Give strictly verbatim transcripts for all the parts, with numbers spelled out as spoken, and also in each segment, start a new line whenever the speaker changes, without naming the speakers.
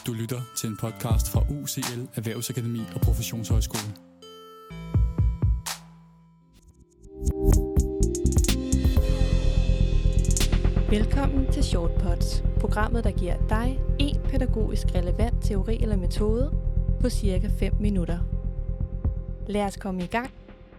Du lytter til en podcast fra U C L Erhvervsakademi og Professionshøjskole.
Velkommen til Shortpods, programmet der giver dig en pædagogisk relevant teori eller metode på cirka fem minutter. Lad os komme i gang.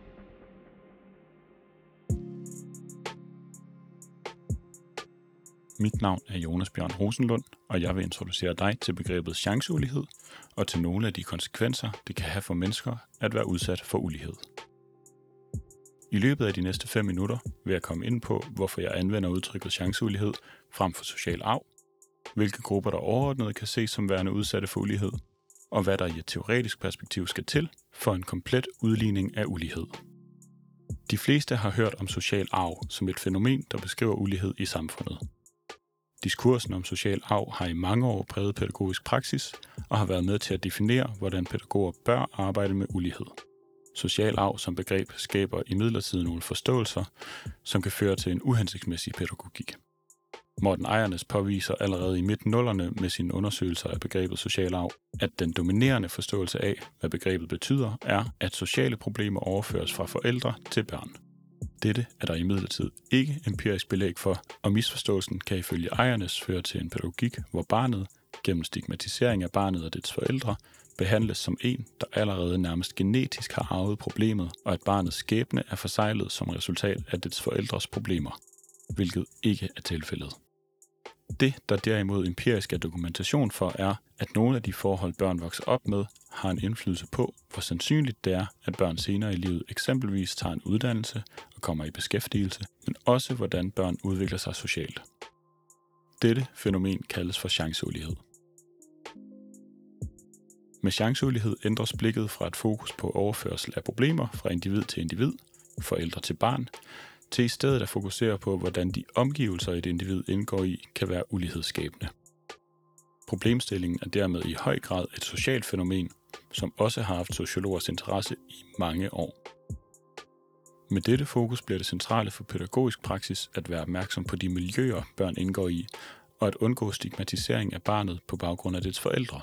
Mit navn er Jonas Bjørn Rosenlund, og jeg vil introducere dig til begrebet chanceulighed og til nogle af de konsekvenser, det kan have for mennesker at være udsat for ulighed. I løbet af de næste fem minutter vil jeg komme ind på, hvorfor jeg anvender udtrykket chanceulighed frem for social arv, hvilke grupper der overordnet kan ses som værende udsatte for ulighed, og hvad der i et teoretisk perspektiv skal til for en komplet udligning af ulighed. De fleste har hørt om social arv som et fænomen, der beskriver ulighed i samfundet. Diskursen om social arv har i mange år præget pædagogisk praksis og har været med til at definere, hvordan pædagoger bør arbejde med ulighed. Social arv som begreb skaber imidlertid nogle forståelser, som kan føre til en uhensigtsmæssig pædagogik. Morten Ejernes påviser allerede i midt-nullerne med sine undersøgelser af begrebet social arv, at den dominerende forståelse af, hvad begrebet betyder, er, at sociale problemer overføres fra forældre til børn. Dette er der imidlertid ikke empirisk belæg for, og misforståelsen kan ifølge Ejernes føre til en pædagogik, hvor barnet, gennem stigmatisering af barnet og dets forældre, behandles som en, der allerede nærmest genetisk har arvet problemet, og at barnets skæbne er forseglet som resultat af dets forældres problemer, hvilket ikke er tilfældet. Det, der derimod empirisk er dokumentation for, er, at nogle af de forhold, børn vokser op med, har en indflydelse på, hvor sandsynligt det er, at børn senere i livet eksempelvis tager en uddannelse og kommer i beskæftigelse, men også hvordan børn udvikler sig socialt. Dette fænomen kaldes for chanceulighed. Med chanceulighed ændres blikket fra et fokus på overførsel af problemer fra individ til individ, forældre til barn, til i stedet at fokusere på, hvordan de omgivelser, et individ indgår i, kan være ulighedsskabende. Problemstillingen er dermed i høj grad et socialt fænomen, som også har haft sociologers interesse i mange år. Med dette fokus bliver det centrale for pædagogisk praksis at være opmærksom på de miljøer, børn indgår i, og at undgå stigmatisering af barnet på baggrund af dets forældre.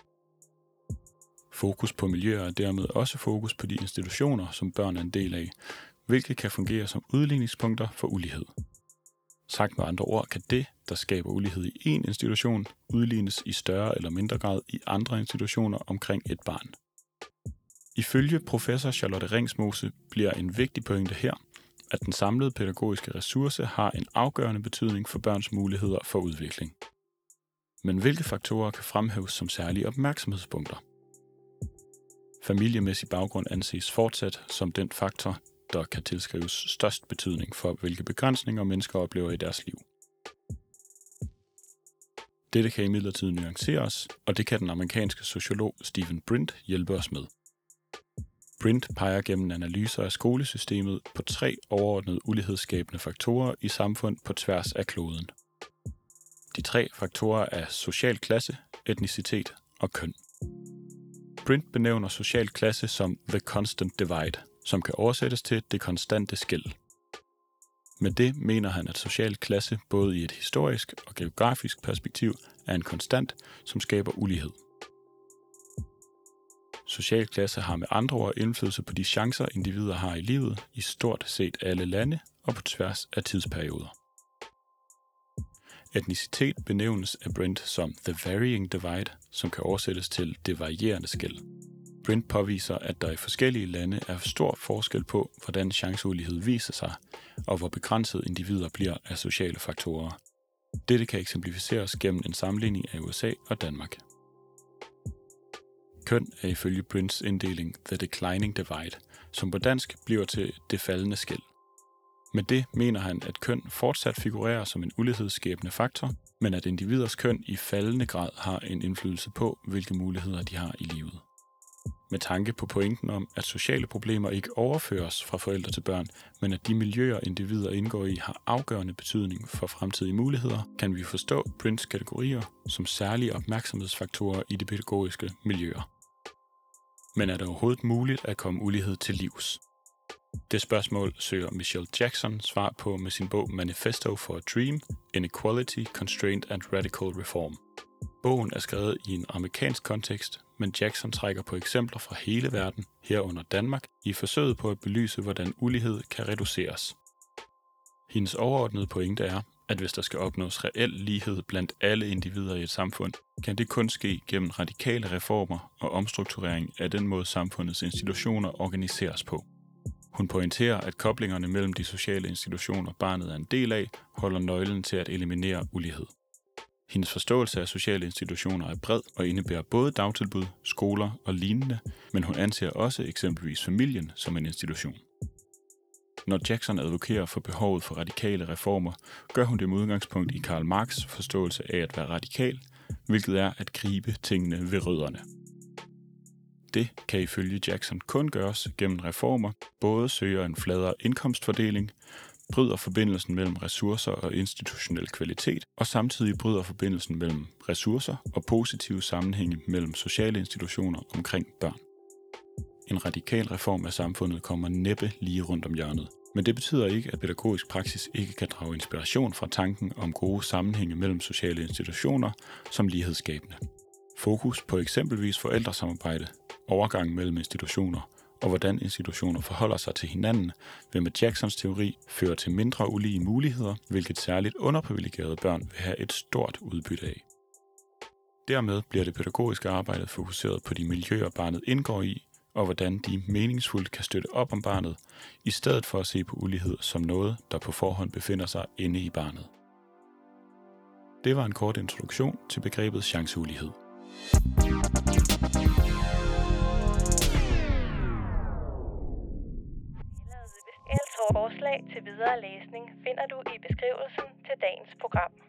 Fokus på miljøer er dermed også fokus på de institutioner, som børn er en del af, hvilket kan fungere som udligningspunkter for ulighed. Sagt med andre ord kan det, der skaber ulighed i en institution, udlignes i større eller mindre grad i andre institutioner omkring et barn. Ifølge professor Charlotte Ringsmose bliver en vigtig pointe her, at den samlede pædagogiske ressource har en afgørende betydning for børns muligheder for udvikling. Men hvilke faktorer kan fremhæves som særlige opmærksomhedspunkter? Familiemæssig baggrund anses fortsat som den faktor, der kan tilskrives størst betydning for, hvilke begrænsninger mennesker oplever i deres liv. Dette kan imidlertid nuanceres, og det kan den amerikanske sociolog Stephen Brint hjælpe os med. Brint peger gennem analyser af skolesystemet på tre overordnede ulighedsskabende faktorer i samfund på tværs af kloden. De tre faktorer er social klasse, etnicitet og køn. Brint benævner social klasse som the constant divide, som kan oversættes til det konstante skel. Med det mener han, at social klasse både i et historisk og geografisk perspektiv er en konstant, som skaber ulighed. Social klasse har med andre ord indflydelse på de chancer, individer har i livet i stort set alle lande og på tværs af tidsperioder. Etnicitet benævnes af Brint som the varying divide, som kan oversættes til det varierende skel. Brint påviser, at der i forskellige lande er stor forskel på, hvordan chanceulighed viser sig, og hvor begrænset individer bliver af sociale faktorer. Dette kan eksemplificeres gennem en sammenligning af U S A og Danmark. Køn er ifølge Brints inddeling the declining divide, som på dansk bliver til det faldende skel. Med det mener han, at køn fortsat figurerer som en ulighedsskabende faktor, men at individers køn i faldende grad har en indflydelse på, hvilke muligheder de har i livet. Med tanke på pointen om, at sociale problemer ikke overføres fra forældre til børn, men at de miljøer, individer indgår i, har afgørende betydning for fremtidige muligheder, kan vi forstå Brints kategorier som særlige opmærksomhedsfaktorer i de pædagogiske miljøer. Men er det overhovedet muligt at komme ulighed til livs? Det spørgsmål søger Michelle Jackson svar på med sin bog Manifesto for a Dream, Inequality, Constraint and Radical Reform. Bogen er skrevet i en amerikansk kontekst, men Jackson trækker på eksempler fra hele verden, herunder Danmark, i forsøget på at belyse, hvordan ulighed kan reduceres. Hendes overordnede pointe er, at hvis der skal opnås reel lighed blandt alle individer i et samfund, kan det kun ske gennem radikale reformer og omstrukturering af den måde samfundets institutioner organiseres på. Hun pointerer, at koblingerne mellem de sociale institutioner, barnet er en del af, holder nøglen til at eliminere ulighed. Hendes forståelse af sociale institutioner er bred og indebærer både dagtilbud, skoler og lignende, men hun anser også eksempelvis familien som en institution. Når Jackson advokerer for behovet for radikale reformer, gør hun det med udgangspunkt i Karl Marx' forståelse af at være radikal, hvilket er at gribe tingene ved rødderne. Det kan ifølge Jackson kun gøres gennem reformer, både søger en fladere indkomstfordeling, bryder forbindelsen mellem ressourcer og institutionel kvalitet, og samtidig bryder forbindelsen mellem ressourcer og positive sammenhænge mellem sociale institutioner omkring børn. En radikal reform af samfundet kommer næppe lige rundt om hjørnet, men det betyder ikke, at pædagogisk praksis ikke kan drage inspiration fra tanken om gode sammenhænge mellem sociale institutioner som lighedsskabende. Fokus på eksempelvis forældresamarbejde, overgang mellem institutioner og hvordan institutioner forholder sig til hinanden, vil med Jacksons teori føre til mindre ulige muligheder, hvilket særligt underprivilegerede børn vil have et stort udbytte af. Dermed bliver det pædagogiske arbejde fokuseret på de miljøer, barnet indgår i, og hvordan de meningsfuldt kan støtte op om barnet, i stedet for at se på ulighed som noget, der på forhånd befinder sig inde i barnet. Det var en kort introduktion til begrebet chanceulighed.
Forslag til videre læsning finder du i beskrivelsen til dagens program.